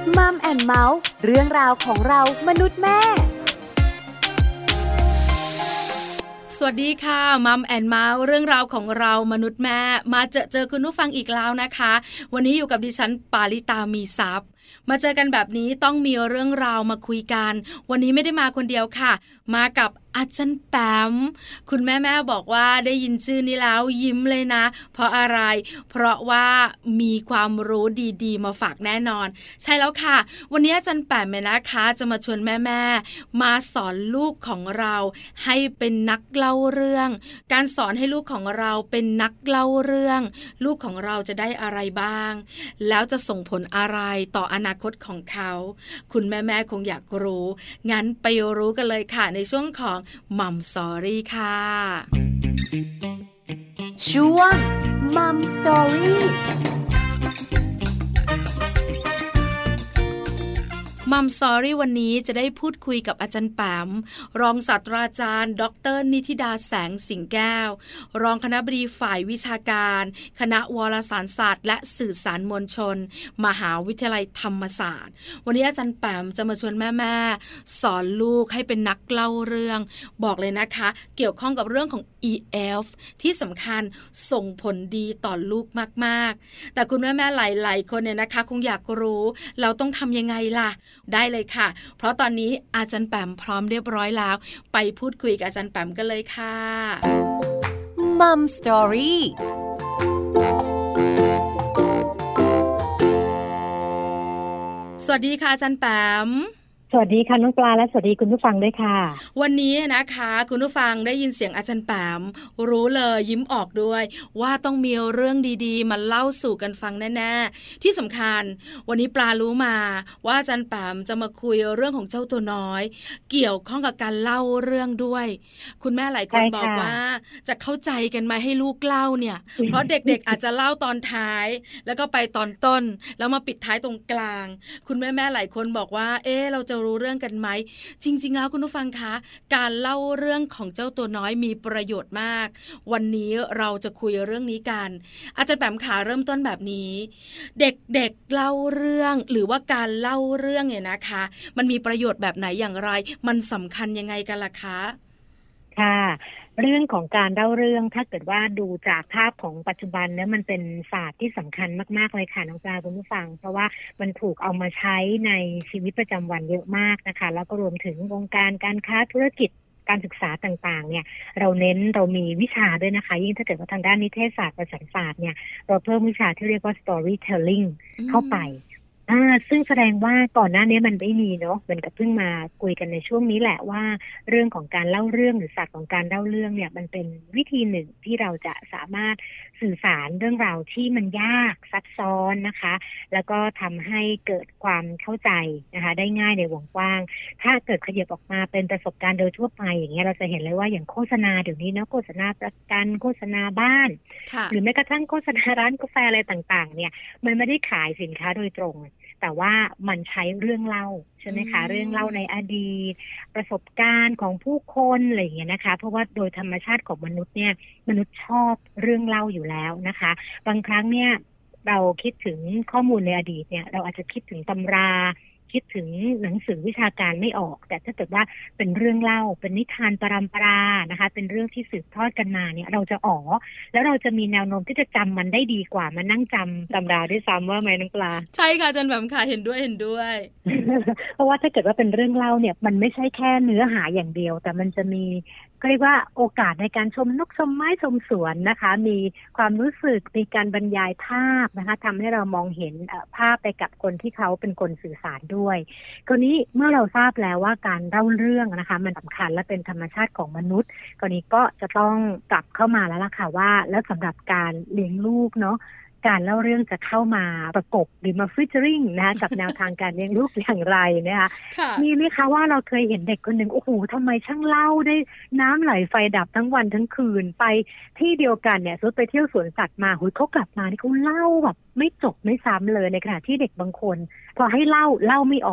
มัมแอนด์เมาส์เรื่องราวของเรามนุษย์แม่สวัสดีค่ะมัมแอนเมาส์เรื่องราวของเรามนุษย์แม่มาเจอคุณผู้ฟังอีกแล้วนะคะวันนี้อยู่กับดิฉันปาริตามีซัพ์มาเจอกันแบบนี้ต้องมีเรื่องราวมาคุยกันวันนี้ไม่ได้มาคนเดียวค่ะมากับอาจารย์แปมคุณแม่บอกว่าได้ยินชื่อนี้แล้วยิ้มเลยนะเพราะอะไรเพราะว่ามีความรู้ดีๆมาฝากแน่นอนใช่แล้วค่ะวันนี้อาจารย์แปมเนี่ยนะคะจะมาชวนแม่มาสอนลูกของเราให้เป็นนักเล่าเรื่องการสอนให้ลูกของเราเป็นนักเล่าเรื่องลูกของเราจะได้อะไรบ้างแล้วจะส่งผลอะไรต่ออนาคตของเขาคุณแม่คงอยากรู้งั้นไปรู้กันเลยค่ะในช่วงของมัมสตอรี่ค่ะช่วงมัมสตอรี่มัมสตอรี่วันนี้จะได้พูดคุยกับอาจารย์แปมรองศาสตราจารย์ดร.นิธิดาแสงสิงแก้วรองคณบดีฝ่ายวิชาการคณะวารสารศาสตร์และสื่อสารมวลชนมหาวิทยาลัยธรรมศาสตร์วันนี้อาจารย์แปมจะมาชวนแม่สอนลูกให้เป็นนักเล่าเรื่องบอกเลยนะคะเกี่ยวข้องกับเรื่องของ EF ที่สำคัญส่งผลดีต่อลูกมากๆแต่คุณแม่หลายๆคนเนี่ยนะคะคงอยากรู้เราต้องทำยังไงล่ะได้เลยค่ะเพราะตอนนี้อาจารย์แปมพร้อมเรียบร้อยแล้วไปพูดคุยกับอาจารย์แปมกันเลยค่ะมัมสตอรี่สวัสดีค่ะอาจารย์แปมสวัสดีค่ะน้องปลาและสวัสดีคุณผู้ฟังด้วยค่ะวันนี้นะคะคุณผู้ฟังได้ยินเสียงอาจารย์แปมรู้เลยยิ้มออกด้วยว่าต้องมีเรื่องดีๆมาเล่าสู่กันฟังแน่ๆที่สำคัญวันนี้ปลารู้มาว่าอาจารย์แปมจะมาคุยเรื่องของเจ้าตัวน้อยเกี่ยวข้องกับการเล่าเรื่องด้วยคุณแม่หลายคนบอกว่าจะเข้าใจกันไหมให้ลูกเล่าเนี่ยเพราะเด็กๆอาจจะเล่าตอนท้ายแล้วก็ไปตอนต้นแล้วมาปิดท้ายตรงกลางคุณแม่หลายคนบอกว่าเราจะรู้เรื่องกันไหมจริงๆแล้วคุณผู้ฟังคะการเล่าเรื่องของเจ้าตัวน้อยมีประโยชน์มากวันนี้เราจะคุยเรื่องนี้กันอาจารย์แปมขาเริ่มต้นแบบนี้เด็กๆเล่าเรื่องหรือว่าการเล่าเรื่องเนี่ยนะคะมันมีประโยชน์แบบไหนอย่างไรมันสำคัญยังไงกันล่ะคะค่ะเรื่องของการเล่าเรื่องถ้าเกิดว่าดูจากภาพของปัจจุบันเนี่ยมันเป็นศาสตร์ที่สำคัญมากๆเลยค่ะน้องปลาคุณผู้ฟังเพราะว่ามันถูกเอามาใช้ในชีวิตประจำวันเยอะมากนะคะแล้วก็รวมถึงวงการการค้าธุรกิจการศึกษาต่างๆเนี่ยเรามีวิชาด้วยนะคะยิ่งถ้าเกิดว่าทางด้านนิเทศศาสตร์ประวัติศาสตร์เนี่ยเราเพิ่มวิชาที่เรียกว่า storytelling เข้าไปซึ่งแสดงว่าก่อนหน้านี้มันไม่มีเนาะเหมือนกับเพิ่งมาคุยกันในช่วงนี้แหละว่าเรื่องของการเล่าเรื่องหรือศาสตร์ของการเล่าเรื่องเนี่ยมันเป็นวิธีหนึ่งที่เราจะสามารถสื่อสารเรื่องราวที่มันยากซับซ้อนนะคะแล้วก็ทำให้เกิดความเข้าใจนะคะได้ง่ายในวงกว้างถ้าเกิดขยับออกมาเป็นประสบการณ์โดยทั่วไปอย่างเงี้ยเราจะเห็นเลยว่าอย่างโฆษณาเดี๋ยวนี้เนาะโฆษณาประกันโฆษณาบ้านหรือแม้กระทั่งโฆษณาร้านกาแฟอะไรต่างๆเนี่ยมันไม่ได้ขายสินค้าโดยตรงแต่ว่ามันใช้เรื่องเล่าใช่ไหมคะเรื่องเล่าในอดีตประสบการณ์ของผู้คนอะไรอย่างเงี้ยนะคะเพราะว่าโดยธรรมชาติของมนุษย์เนี่ยมนุษย์ชอบเรื่องเล่าอยู่แล้วนะคะบางครั้งเนี่ยเราคิดถึงข้อมูลในอดีตเนี่ยเราอาจจะคิดถึงตำราคิดถึงหนังสือวิชาการไม่ออกแต่ถ้าเกิดว่าเป็นเรื่องเล่าเป็นนิทานปรำปรานะคะเป็นเรื่องที่สืบทอดกันมาเนี่ยเราจะแล้วเราจะมีแนวโน้มที่จะจำมันได้ดีกว่ามานั่งจำตำราด้วยซ้ำว่าไหมน้องปลาใช่ค่ะอาจารย์แบบค่ะเห็นด้วยเพราะว่าถ้าเกิดว่าเป็นเรื่องเล่าเนี่ยมันไม่ใช่แค่เนื้อหาอย่างเดียวแต่มันจะมีเรียกว่าโอกาสในการชมนกชมไม้ชมสวนนะคะมีความรู้สึกมีการบรรยายภาพนะคะทำให้เรามองเห็นภาพไปกับคนที่เขาเป็นคนสื่อสารด้วยคราวนี้เมื่อเราทราบแล้วว่าการเล่าเรื่องนะคะมันสำคัญและเป็นธรรมชาติของมนุษย์คราวนี้ก็จะต้องกลับเข้ามาแล้วล่ะค่ะว่าแล้วสำหรับการเลี้ยงลูกเนาะการเล่าเรื่องจะเข้ามาประกบหรือมาฟีเจอริ่งนะคะกับแนวทางการเลี้ยงลูกอย่างไรนะคะมีไหมคะว่าเราเคยเห็นเด็กคนหนึ่งโอ้โหทำไมช่างเล่าได้น้ำไหลไฟดับทั้งวันทั้งคืนไปที่เดียวกันเนี่ยสมมติไปเที่ยวสวนสัตว์มาเขากลับมาที่เขาเล่าแบบไม่จบไม่ซ้ำเลยในขณะที่เด็กบางคนพอให้เล่าไม่ออก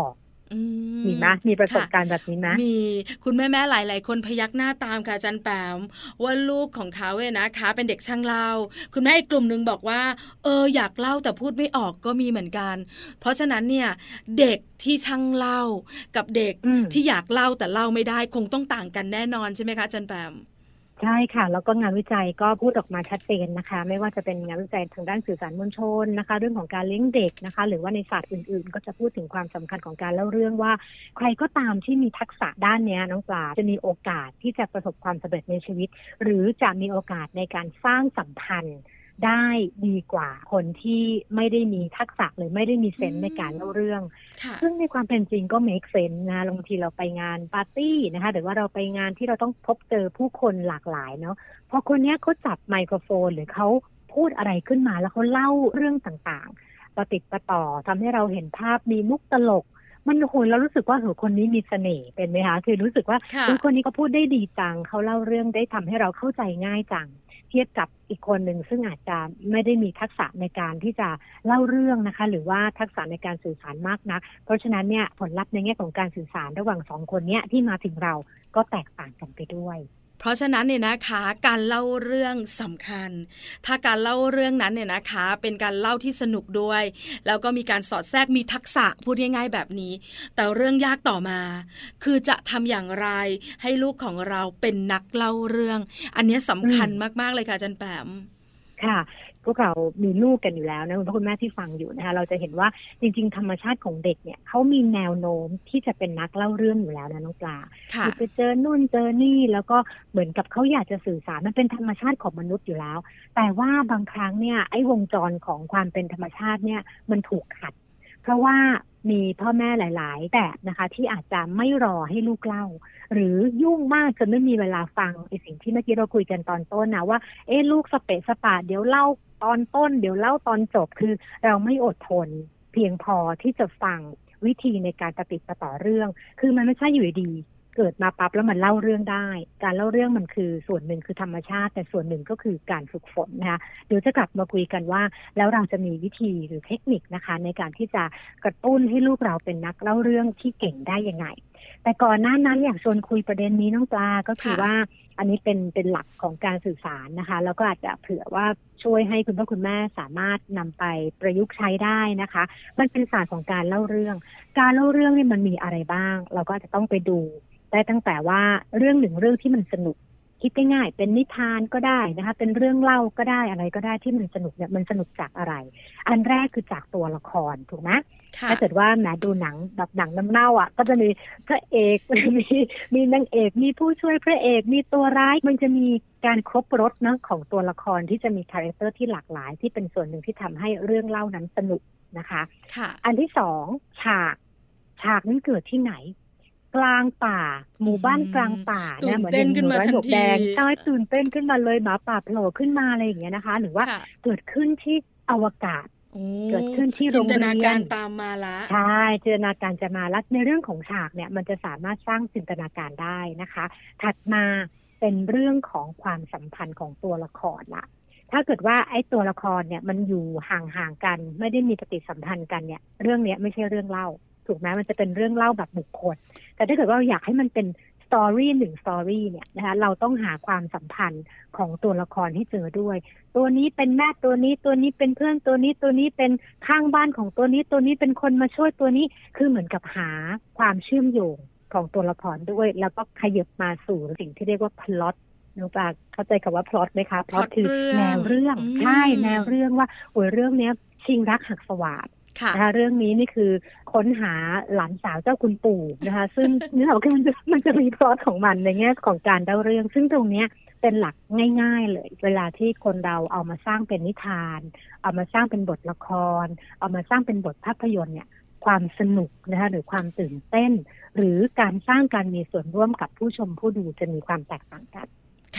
มีไหมมีประสบการณ์แบบนี้ไหมมีคุณแม่ๆหลายๆคนพยักหน้าตามค่ะอาจารย์แปมว่าลูกของเขาเนี่ยนะคะเป็นเด็กช่างเล่าคุณแม่อีกกลุ่มนึงบอกว่าอยากเล่าแต่พูดไม่ออกก็มีเหมือนกันเพราะฉะนั้นเนี่ยเด็กที่ช่างเล่ากับเด็กที่อยากเล่าแต่เล่าไม่ได้คงต้องต่างกันแน่นอนใช่ไหมคะอาจารย์แปมใช่ค่ะแล้วก็งานวิจัยก็พูดออกมาชัดเจนนะคะไม่ว่าจะเป็นงานวิจัยทางด้านสื่อสารมวลชนนะคะเรื่องของการเลี้ยงเด็กนะคะหรือว่าในศาสตร์อื่นๆก็จะพูดถึงความสำคัญของการเล่าเรื่องว่าใครก็ตามที่มีทักษะด้านนี้น้องปลาจะมีโอกาสที่จะประสบความสำเร็จในชีวิตหรือจะมีโอกาสในการสร้างสัมพันธ์ได้ดีกว่าคนที่ไม่ได้มีทักษะหรือไม่ได้มีเซนส์ในการเล่าเรื่องซึ่งในความเป็นจริงก็ make sense นะบางทีเราไปงานปาร์ตี้นะคะหรือว่าเราไปงานที่เราต้องพบเจอผู้คนหลากหลายเนาะพอคนนี้เขาจับไมโครโฟนหรือเขาพูดอะไรขึ้นมาแล้วเขาเล่าเรื่องต่างๆประติดประต่อทำให้เราเห็นภาพมีมุกตลกมันโหยเรารู้สึกว่าคนนี้มีเสน่ห์เป็นไหมคะคือรู้สึกว่าคนนี้เขาพูดได้ดีจังเขาเล่าเรื่องได้ทำให้เราเข้าใจง่ายจังเทียบกับอีกคนหนึ่งซึ่งอาจจะไม่ได้มีทักษะในการที่จะเล่าเรื่องนะคะหรือว่าทักษะในการสื่อสารมากนักเพราะฉะนั้นเนี่ยผลลัพธ์ในแง่ของการสื่อสารระหว่างสองคนนี้ที่มาถึงเราก็แตกต่างกันไปด้วยเพราะฉะนั้นเนี่ยนะคะการเล่าเรื่องสำคัญถ้าการเล่าเรื่องนั้นเนี่ยนะคะเป็นการเล่าที่สนุกด้วยแล้วก็มีการสอดแทรกมีทักษะพูดง่ายๆแบบนี้แต่เรื่องยากต่อมาคือจะทำอย่างไรให้ลูกของเราเป็นนักเล่าเรื่องอันนี้สำคัญมากๆเลยค่ะอาจารย์แปมค่ะพวกเรามีลูกกันอยู่แล้วนะคุณพ่อคุณแม่ที่ฟังอยู่นะคะเราจะเห็นว่าจริงๆธรรมชาติของเด็กเนี่ยเขามีแนวโน้มที่จะเป็นนักเล่าเรื่องอยู่แล้วนะน้องปลาคือไปเจอนู่นเจอนี่แล้วก็เหมือนกับเขาอยากจะสื่อสารมันเป็นธรรมชาติของมนุษย์อยู่แล้วแต่ว่าบางครั้งเนี่ยไอ้วงจรของความเป็นธรรมชาติเนี่ยมันถูกขัดเพราะว่ามีพ่อแม่หลายๆแบบนะคะที่อาจจะไม่รอให้ลูกเล่าหรือยุ่งมากจนไม่มีเวลาฟังไอ้สิ่งที่เมื่อกี้เราคุยกันตอนต้นนะว่าลูกสเปะสปะเดี๋ยวเล่าตอนต้นเดี๋ยวเล่าตอนจบคือเราไม่อดทนเพียงพอที่จะฟังวิธีในการประติดประต่อเรื่องคือมันไม่ใช่อยู่ดีเกิดมาปั๊บแล้วมันเล่าเรื่องได้การเล่าเรื่องมันคือส่วนหนึ่งคือธรรมชาติแต่ส่วนหนึ่งก็คือการฝึกฝนนะคะเดี๋ยวจะกลับมาคุยกันว่าแล้วเราจะมีวิธีหรือเทคนิคนะคะในการที่จะกระตุ้นให้ลูกเราเป็นนักเล่าเรื่องที่เก่งได้ยังไงแต่ก่อนหน้านั้นอยากชวนคุยประเด็นนี้น้องปลาก็คือว่าอันนี้เป็นหลักของการสื่อสารนะคะแล้วก็อาจจะเผื่อว่าช่วยให้คุณพ่อคุณแม่สามารถนำไปประยุกต์ใช้ได้นะคะมันเป็นศาสตร์ของการเล่าเรื่องการเล่าเรื่องนี่มันมีอะไรบ้างเราก็จะต้องไปดูได้ตั้งแต่ว่าเรื่องหนึ่งเรื่องที่มันสนุกคิดง่ายๆเป็นนิทานก็ได้นะคะเป็นเรื่องเล่าก็ได้อะไรก็ได้ที่มันสนุกเนี่ยมันสนุกจากอะไรอันแรกคือจากตัวละครถูกไหมถ้าเกิดว่าแหมดูหนังแบบหนังน้ำเน่าอ่ะก็จะมีพระเอกมีนางเอกมีผู้ช่วยพระเอกมีตัวร้ายมันจะมีการครบรสนะของตัวละครที่จะมีคาแรคเตอร์ที่หลากหลายที่เป็นส่วนหนึ่งที่ทำให้เรื่องเล่านั้นสนุกนะคะอันที่สองฉากนั้นเกิดที่ไหนกลางป่าหมู่บ้านกลางป่านะเหมือนในหมู่บ้านหยกแดงใช่ตื่นเต้นขึ้นมาเลยหมาป่าโผล่ขึ้นมาอะไรอย่างเงี้ยนะคะหรือว่าเกิดขึ้นที่อวกาศเกิดขึ้นที่โรงเรียนจินตนาการตามมาละใช่จินตนาการจะมาแล้วในเรื่องของฉากเนี่ยมันจะสามารถสร้างจินตนาการได้นะคะถัดมาเป็นเรื่องของความสัมพันธ์ของตัวละครละถ้าเกิดว่าไอ้ตัวละครเนี่ยมันอยู่ห่างๆกันไม่ได้มีปฏิสัมพันธ์กันเนี่ยเรื่องนี้ไม่ใช่เรื่องเล่าถูกไหมมันจะเป็นเรื่องเล่าแบบบุคคลแต่ถ้าเกิดว่าอยากให้มันเป็นสตอรี่หนึ่งสตอรี่เนี่ยนะคะเราต้องหาความสัมพันธ์ของตัวละครให้เจอด้วยตัวนี้เป็นแม่ตัวนี้เป็นเพื่อนตัวนี้เป็นข้างบ้านของตัวนี้เป็นคนมาช่วยตัวนี้คือเหมือนกับหาความเชื่อมโยงของตัวละครด้วยแล้วก็ขยับมาสู่สิ่งที่เรียกว่าพล็อตน้องปลาเข้าใจคำว่าพล็อตไหมคะพล็อตคือแนวเรื่องใช่แนวเรื่องว่าเรื่องนี้ชิงรักหักสวาทนะคะเรื่องนี้นี่คือค้นหาหลานสาวเจ้าคุณปู่นะคะซึ่งนี่เราคือมันจะมีพล็อตของมันในแง่ของการเล่าเรื่องซึ่งตรงนี้เป็นหลักง่ายๆเลยเวลาที่คนเราเอามาสร้างเป็นนิทานเอามาสร้างเป็นบทละครเอามาสร้างเป็นบทภาพยนตร์เนี่ยความสนุกนะคะหรือความตื่นเต้นหรือการสร้างการมีส่วนร่วมกับผู้ชมผู้ดูจะมีความแตกต่างกันค่ะพ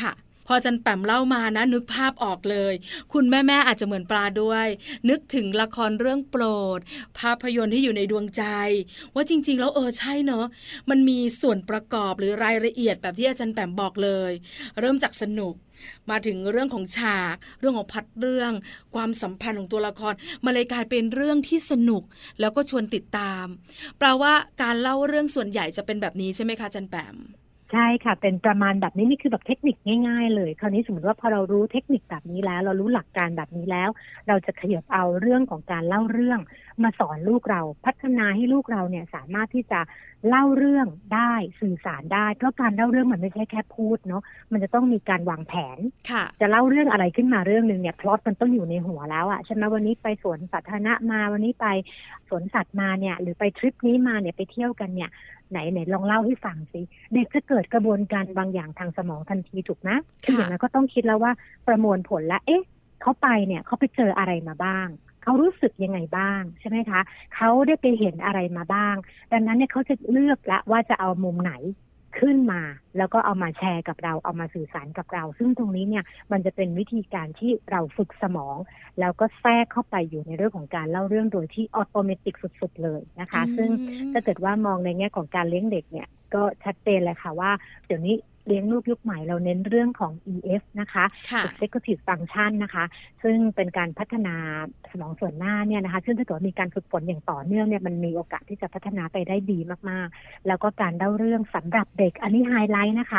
อจันแปมเล่ามานะนึกภาพออกเลยคุณแม่อาจจะเหมือนปลาด้วยนึกถึงละครเรื่องโปรดภาพยนตร์ที่อยู่ในดวงใจว่าจริงๆแล้วใช่เนอะมันมีส่วนประกอบหรือรายละเอียดแบบที่อาจารย์แปมบอกเลยเริ่มจากสนุกมาถึงเรื่องของฉากเรื่องของพล็อตเรื่องความสัมพันธ์ของตัวละครมันเลยกลายเป็นเรื่องที่สนุกแล้วก็ชวนติดตามแปลว่าการเล่าเรื่องส่วนใหญ่จะเป็นแบบนี้ใช่ไหมคะอาจารย์แปมใช่ค่ะเป็นประมาณแบบนี้นี่คือแบบเทคนิคง่ายๆเลยคราวนี้สมมติว่าพอเรารู้เทคนิคแบบนี้แล้วเรารู้หลักการแบบนี้แล้วเราจะขยับเอาเรื่องของการเล่าเรื่องมาสอนลูกเราพัฒนาให้ลูกเราเนี่ยสามารถที่จะเล่าเรื่องได้สื่อสารได้เพราะการเล่าเรื่องมันไม่ใช่แค่พูดเนาะมันจะต้องมีการวางแผนจะเล่าเรื่องอะไรขึ้นมาเรื่องนึงเนี่ยพล็อตมันต้องอยู่ในหัวแล้วอะใช่ไหมวันนี้ไปสวนสาธารณะมาวันนี้ไปสวนสัตว์มาเนี่ยหรือไปทริปนี้มาเนี่ยไปเที่ยวกันเนี่ยไหนลองเล่าให้ฟังสิเด็กจะเกิดกระบวนการบางอย่างทางสมองทันทีถูกนะคืออย่างนั้นก็ต้องคิดแล้วว่าประมวลผลแล้วเขาไปเนี่ยเขาไปเจออะไรมาบ้างเขารู้สึกยังไงบ้างใช่ไหมคะเขาได้ไปเห็นอะไรมาบ้างดังนั้นเนี่ยเขาจะเลือกละว่าจะเอามุมไหนขึ้นมาแล้วก็เอามาแชร์กับเราเอามาสื่อสารกับเราซึ่งตรงนี้เนี่ยมันจะเป็นวิธีการที่เราฝึกสมองแล้วก็แทรกเข้าไปอยู่ในเรื่องของการเล่าเรื่องโดยที่ออโตเมติกสุดๆเลยนะคะซึ่งถ้าเกิดว่ามองในแง่ของการเลี้ยงเด็กเนี่ยก็ชัดเจนเลยค่ะว่าเดี๋ยวนี้เลี้ยงลูกยุคใหม่เราเน้นเรื่องของ EF นะคะ Executive Function นะคะซึ่งเป็นการพัฒนาสมองส่วนหน้าเนี่ยนะคะซึ่งถ้าเกิดมีการฝึกฝนอย่างต่อเนื่องเนี่ยมันมีโอกาสที่จะพัฒนาไปได้ดีมากๆแล้วก็การเล่าเรื่องสำหรับเด็กอันนี้ไฮไลท์นะคะ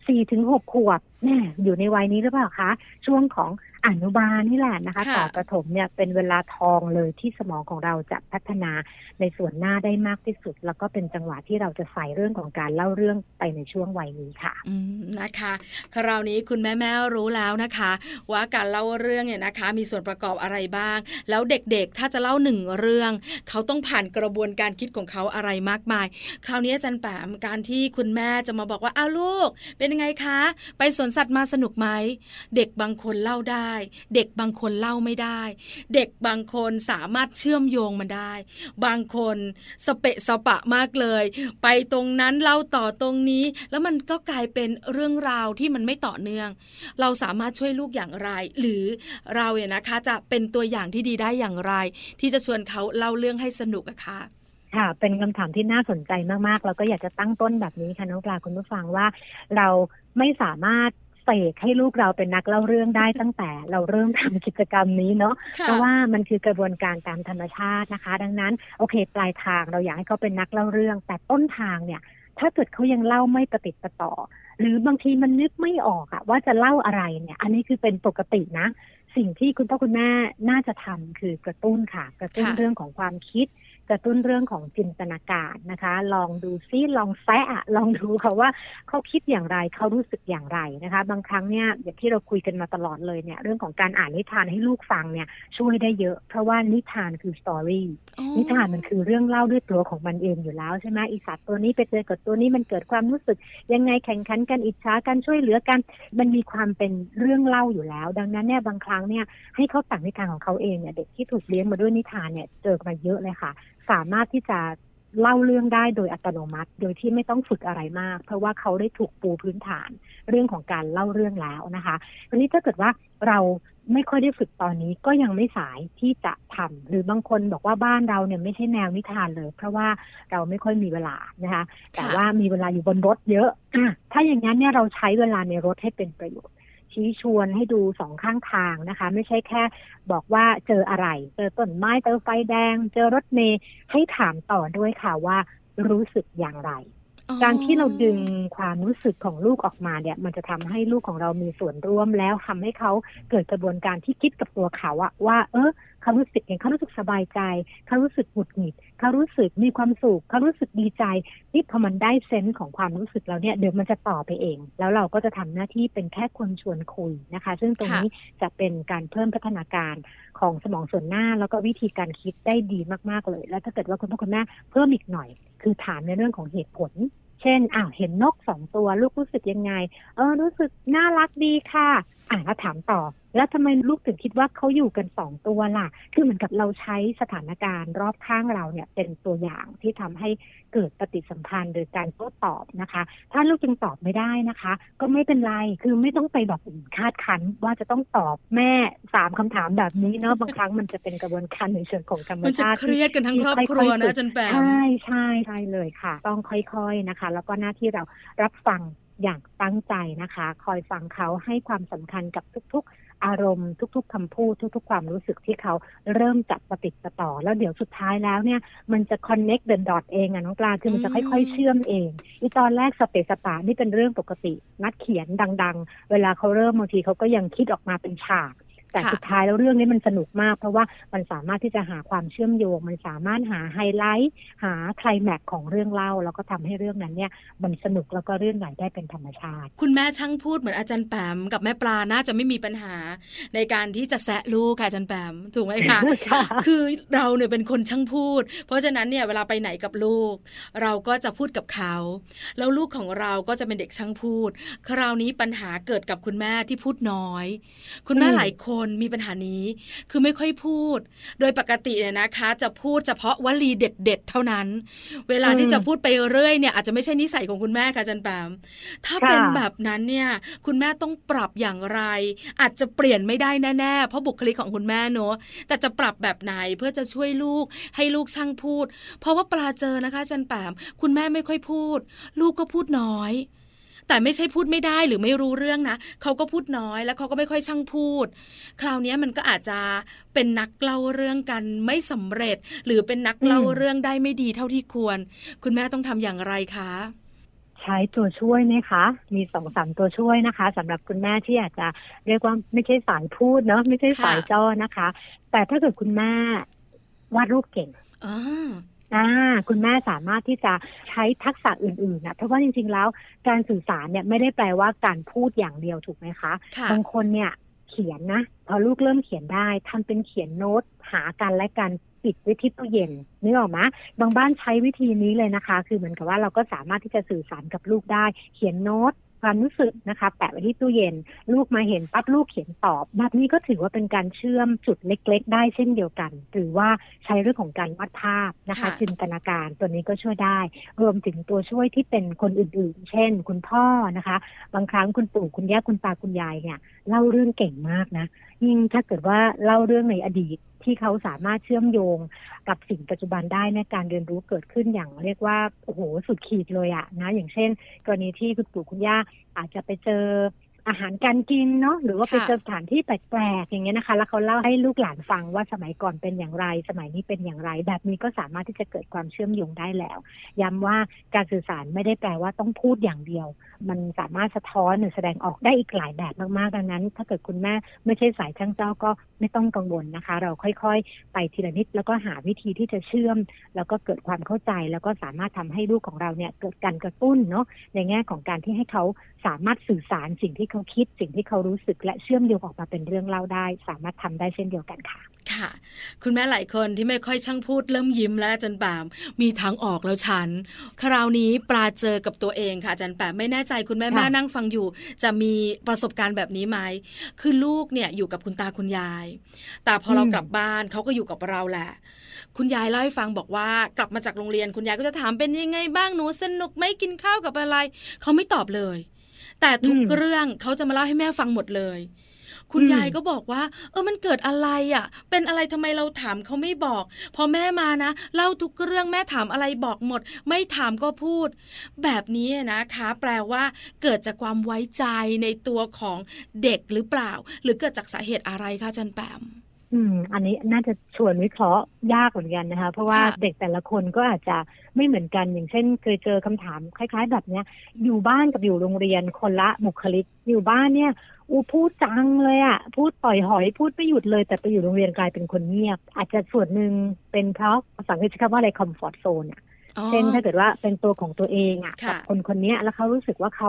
4-6 ขวบแน่อยู่ในวัยนี้หรือเปล่าคะช่วงของอนุบาลนี่แหละนะคะต่อประถมเนี่ยเป็นเวลาทองเลยที่สมองของเราจะพัฒนาในส่วนหน้าได้มากที่สุดแล้วก็เป็นจังหวะที่เราจะใส่เรื่องของการเล่าเรื่องไปในช่วงวัยนี้ค่ะนะคะคราวนี้คุณแม่รู้แล้วนะคะว่าการเล่าเรื่องเนี่ยนะคะมีส่วนประกอบอะไรบ้างแล้วเด็กๆถ้าจะเล่า1เรื่องเขาต้องผ่านกระบวนการคิดของเขาอะไรมากมายคราวนี้อาจารย์แปมการที่คุณแม่จะมาบอกว่าอ้าวลูกเป็นยังไงคะไปสวนสัตว์มาสนุกไหมเด็กบางคนเล่าได้เด็กบางคนเล่าไม่ได้เด็กบางคนสามารถเชื่อมโยงมันได้บางคนสเปะสปะมากเลยไปตรงนั้นเล่าต่อตรงนี้แล้วมันก็กลายเป็นเรื่องราวที่มันไม่ต่อเนื่องเราสามารถช่วยลูกอย่างไรหรือเราเนี่ยนะคะจะเป็นตัวอย่างที่ดีได้อย่างไรที่จะชวนเขาเล่าเรื่องให้สนุกอะคะค่ะเป็นคำถามที่น่าสนใจมากๆแล้วก็อยากจะตั้งต้นแบบนี้ค่ะน้องปลาคุณผู้ฟังว่าเราไม่สามารถเสกให้ลูกเราเป็นนักเล่าเรื่องได้ตั้งแต่เราเริ่มทำกิจกรรมนี้เนาะเพราะว่ามันคือกระบวนการตามธรรมชาตินะคะดังนั้นโอเคปลายทางเราอยากให้เขาเป็นนักเล่าเรื่องแต่ต้นทางเนี่ยถ้าเกิดเขายังเล่าไม่ประติดประต่อหรือบางทีมันนึกไม่ออกอะว่าจะเล่าอะไรเนี่ยอันนี้คือเป็นปกตินะสิ่งที่คุณพ่อคุณแม่น่าจะทำคือกระตุ้นค่ะกระตุ้นเรื่องของความคิดกระตุ้นเรื่องของจินตนาการนะคะลองดูซิลองแซะลองดูค่ะว่าเขาคิดอย่างไรเขารู้สึกอย่างไรนะคะบางครั้งเนี่ยอย่างที่เราคุยกันมาตลอดเลยเนี่ยเรื่องของการอ่านนิทานให้ลูกฟังเนี่ยช่วยได้เยอะเพราะว่านิทานคือสตอรี่นิทานมันคือเรื่องเล่าด้วยตัวของมันเองอยู่แล้วใช่ไหมอีสัตว์ตัวนี้ไปเจอกับตัวนี้มันเกิดความรู้สึกยังไงแข่งขันกันอิจฉากันช่วยเหลือกันมันมีความเป็นเรื่องเล่าอยู่แล้วดังนั้นเนี่ยบางครั้งเนี่ยให้เขาแต่งนิทานของเขาเองเนี่ยเด็กที่ถูกเลี้ยงมาด้วยนิทานเนี่ยเจอมาเยอะเลยค่ะสามารถที่จะเล่าเรื่องได้โดยอัตโนมัติโดยที่ไม่ต้องฝึกอะไรมากเพราะว่าเขาได้ถูกปูพื้นฐานเรื่องของการเล่าเรื่องแล้วนะคะทีนี้ถ้าเกิดว่าเราไม่ค่อยได้ฝึกตอนนี้ก็ยังไม่สายที่จะทำหรือบางคนบอกว่าบ้านเราเนี่ยไม่ใช่แนวนิทานเลยเพราะว่าเราไม่ค่อยมีเวลานะคะแต่ว่ามีเวลาอยู่บนรถเยอะถ้าอย่างนั้นเนี่ยเราใช้เวลาในรถให้เป็นประโยชน์ชี้ชวนให้ดูสองข้างทางนะคะไม่ใช่แค่บอกว่าเจออะไรเจอต้นไม้เจอไฟแดงเจอรถเมล์ให้ถามต่อด้วยค่ะว่ารู้สึกอย่างไรการที่เราดึงความรู้สึกของลูกออกมาเนี่ยมันจะทำให้ลูกของเรามีส่วนร่วมแล้วทำให้เขาเกิดกระบวนการที่คิดกับตัวเขาอะว่าเขารู้สึกอย่างเขารู้สึกสบายใจเขารู้สึกหงุดหงิดเขารู้สึกมีความสุขเขารู้สึกดีใจนี่พอมันได้เซนส์ของความรู้สึกเราเนี่ยเดี๋ยวมันจะต่อไปเองแล้วเราก็จะทำหน้าที่เป็นแค่คนชวนคุยนะคะซึ่งตรงนี้จะเป็นการเพิ่มพัฒนาการของสมองส่วนหน้าแล้วก็วิธีการคิดได้ดีมากๆเลยแล้วถ้าเกิดว่าคุณพ่อคุณแม่เพิ่มอีกหน่อยคือถามในเรื่องของเหตุผลเช่นเห็นนก2 ตัวลูกรู้สึกยังไงรู้สึกน่ารักดีค่ะแล้วถามต่อแล้วทำไมลูกถึงคิดว่าเขาอยู่กัน2ตัวล่ะคือเหมือนกับเราใช้สถานการณ์รอบข้างเราเนี่ยเป็นตัวอย่างที่ทำให้เกิดปฏิสัมพันธ์โดยการโต้ตอบนะคะถ้าลูกยังตอบไม่ได้นะคะก็ไม่เป็นไรคือไม่ต้องไปแบบคาดคั้นว่าจะต้องตอบแม่3คำถามแบบนี้เนาะ บางครั้งมันจะเป็นกระบวนการในเชิงของธรรมชาติมันจะเครียดกันทั้งครอบครัวนะอาจารย์แปมใช่เลยค่ะต้องค่อยๆนะคะแล้วก็หน้าที่เรารับฟังอย่างตั้งใจนะคะคอยฟังเขาให้ความสำคัญกับทุกๆอารมณ์ทุกๆคำพูดทุกๆความรู้สึกที่เขาเริ่มจับประติดประต่อแล้วเดี๋ยวสุดท้ายแล้วเนี่ยมันจะ connect the dot เองอะน้องปลาคือมันจะค่อยๆเชื่อมเองอีตอนแรกสเปซสปานี่เป็นเรื่องปกตินักเขียนดังๆเวลาเขาเริ่มบางทีเขาก็ยังคิดออกมาเป็นฉากแต่สุดท้ายแล้วเรื่องนี้มันสนุกมากเพราะว่ามันสามารถที่จะหาความเชื่อมโยงมันสามารถหาไฮไลท์หาไคลแม็กซ์ของเรื่องเล่าแล้วก็ทำให้เรื่องนั้นเนี่ยมันสนุกแล้วก็เรื่องไหลได้เป็นธรรมชาติคุณแม่ช่างพูดเหมือนอาจารย์แปมกับแม่ปลาน่าจะไม่มีปัญหาในการที่จะแซะลูกค่ะอาจารย์แปมถูกไหมคะ คือเราเนี่ยเป็นคนช่างพูดเพราะฉะนั้นเนี่ยเวลาไปไหนกับลูกเราก็จะพูดกับเขาแล้วลูกของเราก็จะเป็นเด็กช่างพูดคราวนี้ปัญหาเกิดกับคุณแม่ที่พูดน้อยคุณแม่หลายคนมีปัญหานี้คือไม่ค่อยพูดโดยปกติเนี่ยนะคะจะพูดเฉพาะวลีเด็ดๆเท่านั้นเวลาที่จะพูดไปเรื่อยเนี่ยอาจจะไม่ใช่นิสัยของคุณแม่ค่ะอาจารย์แปมถ้าเป็นแบบนั้นเนี่ยคุณแม่ต้องปรับอย่างไรอาจจะเปลี่ยนไม่ได้แน่ๆเพราะบุคลิกของคุณแม่เนอะแต่จะปรับแบบไหนเพื่อจะช่วยลูกให้ลูกช่างพูดเพราะว่าปลาเจอนะคะอาจารย์แปมคุณแม่ไม่ค่อยพูดลูกก็พูดน้อยแต่ไม่ใช่พูดไม่ได้หรือไม่รู้เรื่องนะเขาก็พูดน้อยแล้วเขาก็ไม่ค่อยช่างพูดคราวนี้มันก็อาจจะเป็นนักเล่าเรื่องกันไม่สำเร็จหรือเป็นนักเล่าเรื่องได้ไม่ดีเท่าที่ควรคุณแม่ต้องทำอย่างไรคะใช้ตัวช่วยไหมคะมี 2-3 ตัวช่วยนะคะสำหรับคุณแม่ที่อาจจะเรียกว่าไม่ใช่สายพูดเนาะไม่ใช่สายจ้อนะคะแต่ถ้าเกิดคุณแม่วาดรูปเก่งคุณแม่สามารถที่จะใช้ทักษะอื่นๆนะเพราะว่าจริงๆแล้วการสื่อสารเนี่ยไม่ได้แปลว่าการพูดอย่างเดียวถูกไหมคะบางคนเนี่ยเขียนนะพอลูกเริ่มเขียนได้ทำเป็นเขียนโน้ตหากันและกันปิดไว้ที่ตู้เย็นนึกออกไหมบางบ้านใช้วิธีนี้เลยนะคะคือเหมือนกับว่าเราก็สามารถที่จะสื่อสารกับลูกได้เขียนโน้ตความรู้สึกนะคะแปะไว้ที่ตู้เย็นลูกมาเห็นปั๊บลูกเขียนตอบแบบนี้ก็ถือว่าเป็นการเชื่อมจุดเล็กๆได้เช่นเดียวกันหรือว่าใช้เรื่องของการวาดภาพนะคะจินตนาการตัวนี้ก็ช่วยได้รวมถึงตัวช่วยที่เป็นคนอื่นๆเช่นคุณพ่อนะคะบางครั้งคุณปู่คุณย่าคุณตาคุณยายเนี่ยเล่าเรื่องเก่งมากนะยิ่งถ้าเกิดว่าเล่าเรื่องในอดีตที่เขาสามารถเชื่อมโยงกับสิ่งปัจจุบันได้ในการเรียนรู้เกิดขึ้นอย่างเรียกว่าโอ้โหสุดขีดเลยอะนะอย่างเช่นกรณีที่คุณปู่คุณย่าอาจจะไปเจออาหารการกินเนาะหรือว่าไปเจอสถานที่แปลกๆอย่างเงี้ยนะคะแล้วเขาเล่าให้ลูกหลานฟังว่าสมัยก่อนเป็นอย่างไรสมัยนี้เป็นอย่างไรแบบนี้ก็สามารถที่จะเกิดความเชื่อมโยงได้แล้วย้ำว่าการสื่อสารไม่ได้แปลว่าต้องพูดอย่างเดียวมันสามารถสะท้อนหรือแสดงออกได้อีกหลายแบบมากๆดังนั้นถ้าเกิดคุณแม่ไม่ใช่สายช่างเจ้าก็ไม่ต้องกังวลนะคะเราค่อยๆไปทีละนิดแล้วก็หาวิธีที่จะเชื่อมแล้วก็เกิดความเข้าใจแล้วก็สามารถทำให้ลูกของเราเนี่ยเกิดการกระตุ้นเนาะในแง่ของการที่ให้เขาสามารถสื่อสารสิ่งที่เขาคิดสิ่งที่เขารู้สึกและเชื่อมโยงออกมาเป็นเรื่องเล่าได้สามารถทำได้เช่นเดียวกันค่ะค่ะคุณแม่หลายคนที่ไม่ค่อยช่างพูดเริ่มยิ้มแล้วอาจารย์แปมมีทางออกแล้วฉันคราวนี้ปลาเจอกับตัวเองค่ะอาจารย์แปมไม่แน่ใจคุณแม่นั่งฟังอยู่จะมีประสบการณ์แบบนี้ไหมคือลูกเนี่ยอยู่กับคุณตาคุณยายแต่พอเรากลับบ้านเขาก็อยู่กับเราแหละคุณยายเล่าให้ฟังบอกว่ากลับมาจากโรงเรียนคุณยายก็จะถามเป็นยังไงบ้างหนูสนุกไหมกินข้าวกับอะไรเขาไม่ตอบเลยแต่ทุกเรื่องเขาจะมาเล่าให้แม่ฟังหมดเลยคุณยายก็บอกว่ามันเกิดอะไรอ่ะเป็นอะไรทำไมเราถามเขาไม่บอกพอแม่มานะเล่าทุกเรื่องแม่ถามอะไรบอกหมดไม่ถามก็พูดแบบนี้นะคะแปลว่าเกิดจากความไว้ใจในตัวของเด็กหรือเปล่าหรือเกิดจากสาเหตุอะไรคะอาจารย์แปมอันนี้น่าจะชวนวิเคราะห์ยากเหมือนกันนะคะเพราะว่าเด็กแต่ละคนก็อาจจะไม่เหมือนกันอย่างเช่นเคยเจอคำถามคล้ายๆแบบนี้อยู่บ้านกับอยู่โรงเรียนคนละบุคลิกอยู่บ้านเนี่ยพูดจังเลยอ่ะพูดต่อยหอยพูดไม่หยุดเลยแต่ไปอยู่โรงเรียนกลายเป็นคนเงียบอาจจะส่วนหนึ่งเป็นเพราะภาษาอังกฤษใช้คำว่าอะไรคอมฟอร์ตโซนอ่ะเช่นถ้าเกิดว่าเป็นตัวของตัวเองอ่ะกับคนนี้แล้วเขารู้สึกว่าเขา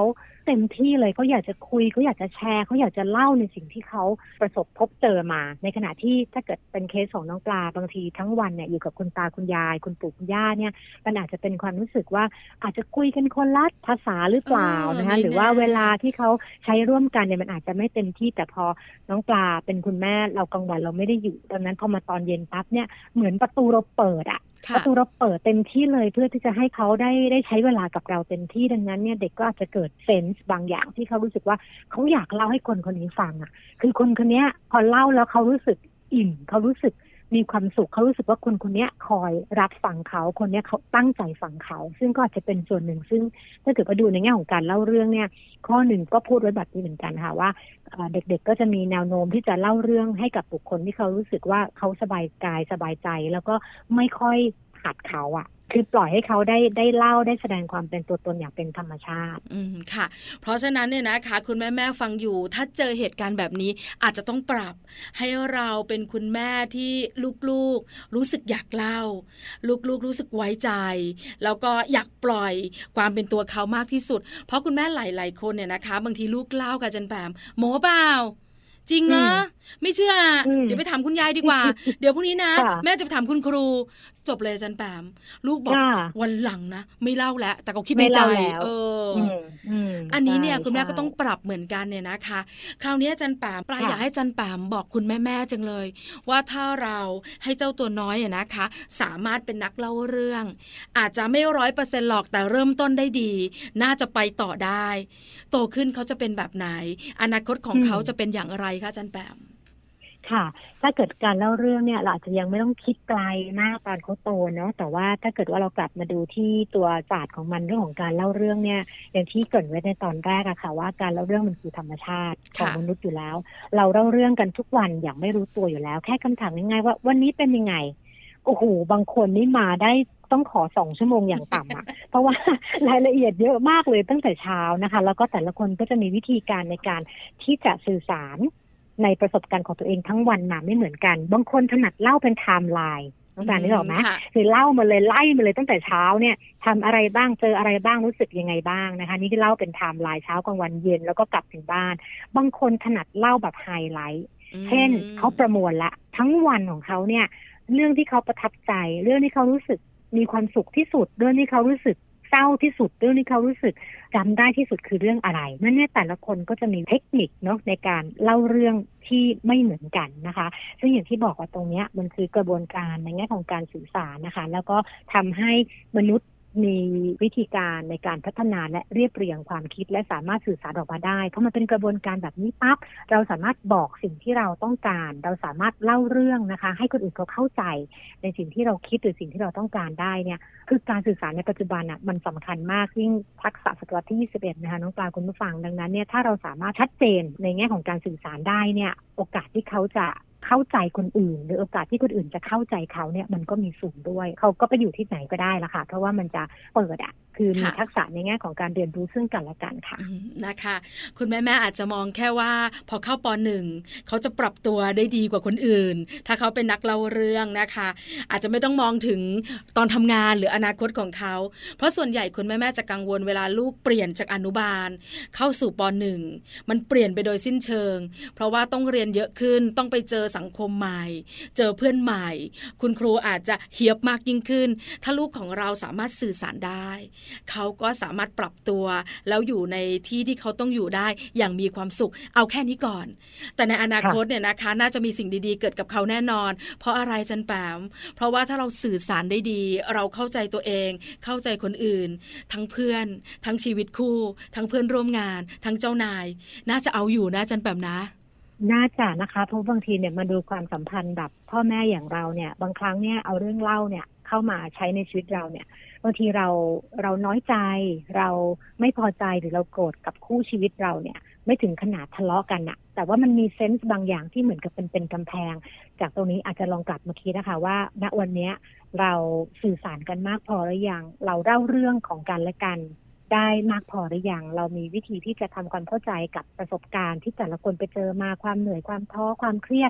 เต็มที่เลยเขาอยากจะคุยเขาอยากจะแชร์เขาอยากจะเล่าในสิ่งที่เขาประสบพบเจอมาในขณะที่ถ้าเกิดเป็นเคสของน้องปลาบางทีทั้งวันเนี่ยอยู่กับคุณตาคุณยายคุณปู่คุณย่าเนี่ยมันอาจจะเป็นความรู้สึกว่าอาจจะคุยกันคนละภาษาหรือเปล่านะคะหรือว่าเวลาที่เขาใช้ร่วมกันเนี่ยมันอาจจะไม่เต็มที่แต่พอน้องปลาเป็นคุณแม่เรากลางวันเราไม่ได้อยู่ดังนั้นพอมาตอนเย็นปั๊บเนี่ยเหมือนประตูเราเปิดประตูเราเปิดเต็มที่เลยเพื่อที่จะให้เขาได้ใช้เวลากับเราเต็มที่ดังนั้นเนี่ยเด็กก็อาจจะเกิดเซนส์บางอย่างที่เขารู้สึกว่าเขาอยากเล่าให้คนคนนี้ฟังคือคนคนนี้พอเล่าแล้วเขารู้สึกอิ่มเขารู้สึกมีความสุขเขารู้สึกว่าคนคนนี้คอยรับฟังเขาคนนี้เขาตั้งใจฟังเขาซึ่งก็อาจจะเป็นส่วนหนึ่งซึ่งถ้าเกิดว่าดูในแง่ของการเล่าเรื่องเนี่ยข้อหนึ่งก็พูดไว้แบบนี้เหมือนกันค่ะว่าเด็กๆก็จะมีแนวโน้มที่จะเล่าเรื่องให้กับบุคคลที่เขารู้สึกว่าเขาสบายกายสบายใจแล้วก็ไม่ค่อยขัดเขาคือปล่อยให้เขาได้เล่าได้แสดงความเป็นตัวตนอย่างเป็นธรรมชาติค่ะเพราะฉะนั้นเนี่ยนะคะคุณแม่ฟังอยู่ถ้าเจอเหตุการณ์แบบนี้อาจจะต้องปรับให้เราเป็นคุณแม่ที่ลูกๆรู้สึกอยากเล่าลูกๆรู้สึกไว้ใจแล้วก็อยากปล่อยความเป็นตัวเขามากที่สุดเพราะคุณแม่หลายๆคนเนี่ยนะคะบางทีลูกเล่ากับจันแปมโม้เปล่าจริงเหรอไม่เชื่อเดี๋ยวไปถามคุณยายดีกว่าเดี๋ยวพรุ่งนี้นะแม่จะไปถามคุณครูจบเลยอาจารย์แปมลูกบอกวันหลังนะไม่เล่าแล้วแต่เขาคิดในใจอันนี้เนี่ยคุณแม่ก็ต้องปรับเหมือนกันเนี่ยนะคะคราวนี้อาจารย์แปมปลาอยากให้อาจารย์แปมบอกคุณแม่จังเลยว่าถ้าเราให้เจ้าตัวน้อยนะคะสามารถเป็นนักเล่าเรื่องอาจจะไม่100%หรอกแต่เริ่มต้นได้ดีน่าจะไปต่อได้โตขึ้นเขาจะเป็นแบบไหนอนาคตของเขาจะเป็นอย่างไรคะอาจารย์แปมค่ะถ้าเกิดการเล่าเรื่องเนี่ยเราอาจจะยังไม่ต้องคิดไกลมากตอนเขาโตเนาะแต่ว่าถ้าเกิดว่าเรากลับมาดูที่ตัวศาสตร์ของมันเรื่องของการเล่าเรื่องเนี่ยอย่างที่เกริ่นไว้ในตอนแรกค่ะว่าการเล่าเรื่องมันคือธรรมชาติของมนุษย์อยู่แล้วเราเล่าเรื่องกันทุกวันอย่างไม่รู้ตัวอยู่แล้วแค่คำถามง่ายๆว่าวันนี้เป็นยังไงโอ้โหบางคนนี่มาได้ต้องขอ2 ชั่วโมงอย่างต่ำเพราะว่ารายละเอียดเยอะมากเลยตั้งแต่เช้านะคะแล้วก็แต่ละคนก็จะมีวิธีการในการที่จะสื่อสารในประสบการณ์ของตัวเองทั้งวันมาไม่เหมือนกันบางคนถนัดเล่าเป็นไทม์ไลน์ต้องการนึกออกไหมคือเล่ามาเลยไล่มาเลยตั้งแต่เช้าเนี่ยทำอะไรบ้างเจออะไรบ้างรู้สึกยังไงบ้างนะคะนี่คือเล่าเป็นไทม์ไลน์เช้ากลางวันเย็นแล้วก็กลับถึงบ้านบางคนถนัดเล่าแบบไฮไลท์เช่นเขาประมวลละทั้งวันของเขาเนี่ยเรื่องที่เขาประทับใจเรื่องที่เขารู้สึกมีความสุขที่สุดเรื่องที่เขารู้สึกเศร้าที่สุดเรื่องที่เขารู้สึกจำได้ที่สุดคือเรื่องอะไรนั่นเนี่ยแต่ละคนก็จะมีเทคนิคเนาะในการเล่าเรื่องที่ไม่เหมือนกันนะคะซึ่งอย่างที่บอกว่าตรงนี้มันคือกระบวนการในแง่ของการสื่อสารนะคะแล้วก็ทำให้มนุษย์มีวิธีการในการพัฒนาและเรียบเรียงความคิดและสามารถสื่อสารออกมาได้เพราะมันเป็นกระบวนการแบบนี้ปั๊บเราสามารถบอกสิ่งที่เราต้องการเราสามารถเล่าเรื่องนะคะให้คนอื่นเขาเข้าใจในสิ่งที่เราคิดหรือสิ่งที่เราต้องการได้เนี่ยคือการสื่อสารในปัจจุบันมันสำคัญมากยิ่งทักษะศตวรรษที่21นะคะน้องปลาคุณผู้ฟังดังนั้นเนี่ยถ้าเราสามารถชัดเจนในแง่ของการสื่อสารได้เนี่ยโอกาสที่เขาจะเข้าใจคนอื่นหรือโอกาสที่คนอื่นจะเข้าใจเขาเนี่ยมันก็มีสูงด้วยเขาก็ไปอยู่ที่ไหนก็ได้ละค่ะเพราะว่ามันจะเปิดคือมีทักษะในแง่ของการเรียนรู้ซึ่งกันและกันค่ะนะคะคุณแม่อาจจะมองแค่ว่าพอเข้าป.1 เขาจะปรับตัวได้ดีกว่าคนอื่นถ้าเขาเป็นนักเล่าเรื่องนะคะอาจจะไม่ต้องมองถึงตอนทำงานหรืออนาคตของเขาเพราะส่วนใหญ่คุณแม่จะกังวลเวลาลูกเปลี่ยนจากอนุบาลเข้าสู่ป.1 มันเปลี่ยนไปโดยสิ้นเชิงเพราะว่าต้องเรียนเยอะขึ้นต้องไปเจอสังคมใหม่เจอเพื่อนใหม่คุณครูอาจจะเฮียบมากยิ่งขึ้นถ้าลูกของเราสามารถสื่อสารได้เขาก็สามารถปรับตัวแล้วอยู่ในที่ที่เขาต้องอยู่ได้อย่างมีความสุขเอาแค่นี้ก่อนแต่ในอนาคตเนี่ยนะคะน่าจะมีสิ่งดีๆเกิดกับเขาแน่นอนเพราะอะไรจันแปมเพราะว่าถ้าเราสื่อสารได้ดีเราเข้าใจตัวเองเข้าใจคนอื่นทั้งเพื่อนทั้งชีวิตคู่ทั้งเพื่อนร่วมงานทั้งเจ้านายน่าจะเอาอยู่นะจันแปมนะน่าจะนะคะเพราะบางทีเนี่ยมาดูความสัมพันธ์แบบพ่อแม่อย่างเราเนี่ยบางครั้งเนี่ยเอาเรื่องเล่าเนี่ยเข้ามาใช้ในชีวิตเราเนี่ยบางทีเราน้อยใจเราไม่พอใจหรือเราโกรธกับคู่ชีวิตเราเนี่ยไม่ถึงขนาดทะเลาะกันอะแต่ว่ามันมีเซนส์บางอย่างที่เหมือนกับเป็นกำแพงจากตรงนี้อาจจะลองกลับมาคิดนะคะว่าณวันนี้เราสื่อสารกันมากพอหรือยังเราเล่าเรื่องของกันและกันได้มากพอหรือยังเรามีวิธีที่จะทำความเข้าใจกับประสบการณ์ที่แต่ละคนไปเจอมาความเหนื่อยความท้อความเครียด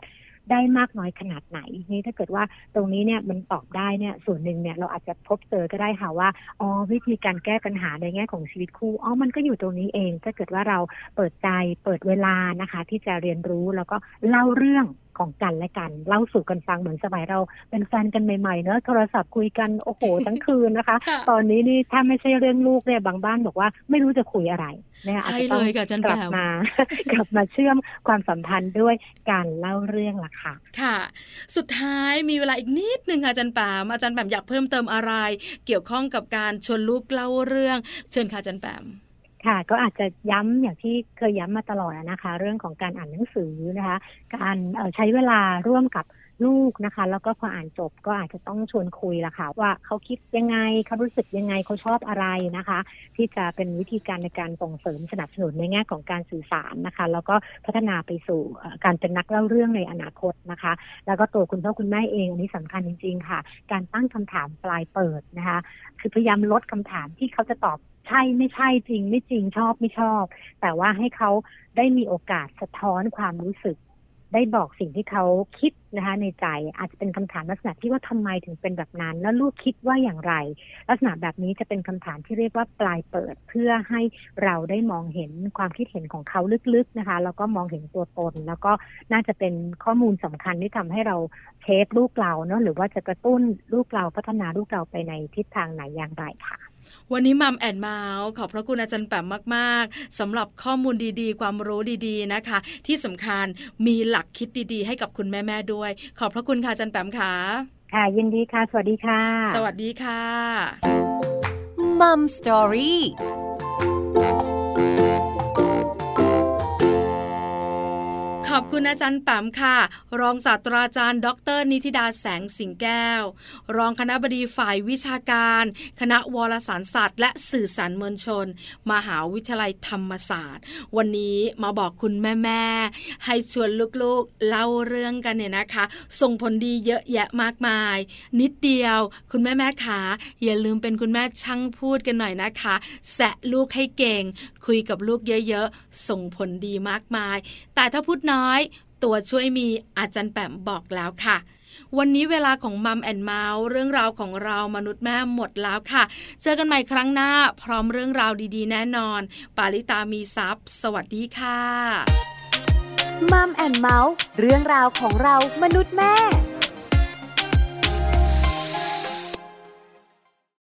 ได้มากน้อยขนาดไหนนี่ถ้าเกิดว่าตรงนี้เนี่ยมันตอบได้เนี่ยส่วนหนึ่งเนี่ยเราอาจจะพบเจอก็ได้ค่ะว่าวิธีการแก้ปัญหาในแง่ของชีวิตคู่มันก็อยู่ตรงนี้เองถ้าเกิดว่าเราเปิดใจเปิดเวลานะคะที่จะเรียนรู้แล้วก็เล่าเรื่องของกันและกันเล่าสู่กันฟังเหมือนสมัยเราเป็นแฟนกันใหม่ๆเนอะโทรศัพท์คุยกันโอ้โหทั้งคืนนะคะ ตอนนี้นี่ถ้าไม่ใช่เรื่องลูกเนี่ยบางบ้านบอกว่าไม่รู้จะคุยอะไรเนี่ยอาจจะต้องกลับมา กลับมาเชื่อมความสัมพันธ์ด้วยการเล่าเรื่องล่ะค่ะค่ะสุดท้ายมีเวลาอีกนิดนึงอาจารย์แปมอยากเพิ่มเติมอะไรเกี่ยวข้องกับการชวนลูกเล่าเรื่องเชิญค่ะอาจารย์แปมค่ะก็อาจจะย้ำอย่างที่เคยย้ำมาตลอดนะคะเรื่องของการอ่านหนังสือนะคะการใช้เวลาร่วมกับลูกนะคะแล้วก็พออ่านจบก็อาจจะต้องชวนคุยละค่ะว่าเขาคิดยังไงเขารู้สึกยังไงเขาชอบอะไรนะคะที่จะเป็นวิธีการในการส่งเสริมสนับสนุนในแง่ของการสื่อสารนะคะแล้วก็พัฒนาไปสู่การเป็นนักเล่าเรื่องในอนาคตนะคะแล้วก็ตัวคุณพ่อคุณแม่เองอันนี้สำคัญจริงๆค่ะการตั้งคำถามปลายเปิดนะคะคือพยายามลดคำถามที่เขาจะตอบใช่ไม่ใช่จริงไม่จริงชอบไม่ชอบแต่ว่าให้เขาได้มีโอกาสสะท้อนความรู้สึกได้บอกสิ่งที่เขาคิดนะคะในใจอาจจะเป็นคำถามลักษณะที่ว่าทำไมถึงเป็นแบบนั้นแล้วลูกคิดว่าอย่างไรลักษณะแบบนี้จะเป็นคำถามที่เรียกว่าปลายเปิดเพื่อให้เราได้มองเห็นความคิดเห็นของเขาลึกๆนะคะแล้วก็มองเห็นตัวตนแล้วก็น่าจะเป็นข้อมูลสำคัญที่ทำให้เราเชฟลูกเราเนาะหรือว่าจะกระตุ้นลูกเราพัฒนาลูกเราไปในทิศทางไหนอย่างไรค่ะวันนี้มัมแอนเมาส์ขอบพระคุณอาจารย์แปมมากๆสำหรับข้อมูลดีๆความรู้ดีๆนะคะที่สำคัญมีหลักคิดดีๆให้กับคุณแม่ๆด้วยขอบพระคุณค่ะอาจารย์แปมค่ะค่ะยินดีค่ะสวัสดีค่ะสวัสดีค่ะมัมสตอรี่ขอบคุณอาจารย์แปมค่ะรองศาสตราจารย์ดร.นิติดาแสงสิงแก้วรองคณบดีฝ่ายวิชาการคณะวารสารศาสตร์และสื่อสารมวลชนมหาวิทยาลัยธรรมศาสตร์วันนี้มาบอกคุณแม่ๆให้ชวนลูกๆเล่าเรื่องกันเนี่ยนะคะส่งผลดีเยอะแยะมากมายนิดเดียวคุณแม่ๆขาอย่าลืมเป็นคุณแม่ช่างพูดกันหน่อยนะคะแสะลูกให้เก่งคุยกับลูกเยอะๆส่งผลดีมากมายแต่ถ้าพูดน้อยตัวช่วยมีอาจารย์แปมบอกแล้วค่ะวันนี้เวลาของมัมแอนเมาส์เรื่องราวของเรามนุษย์แม่หมดแล้วค่ะเจอกันใหม่ครั้งหน้าพร้อมเรื่องราวดีๆแน่นอนปาริตามีทรัพย์สวัสดีค่ะมัมแอนเมาส์เรื่องราวของเรามนุษย์แม่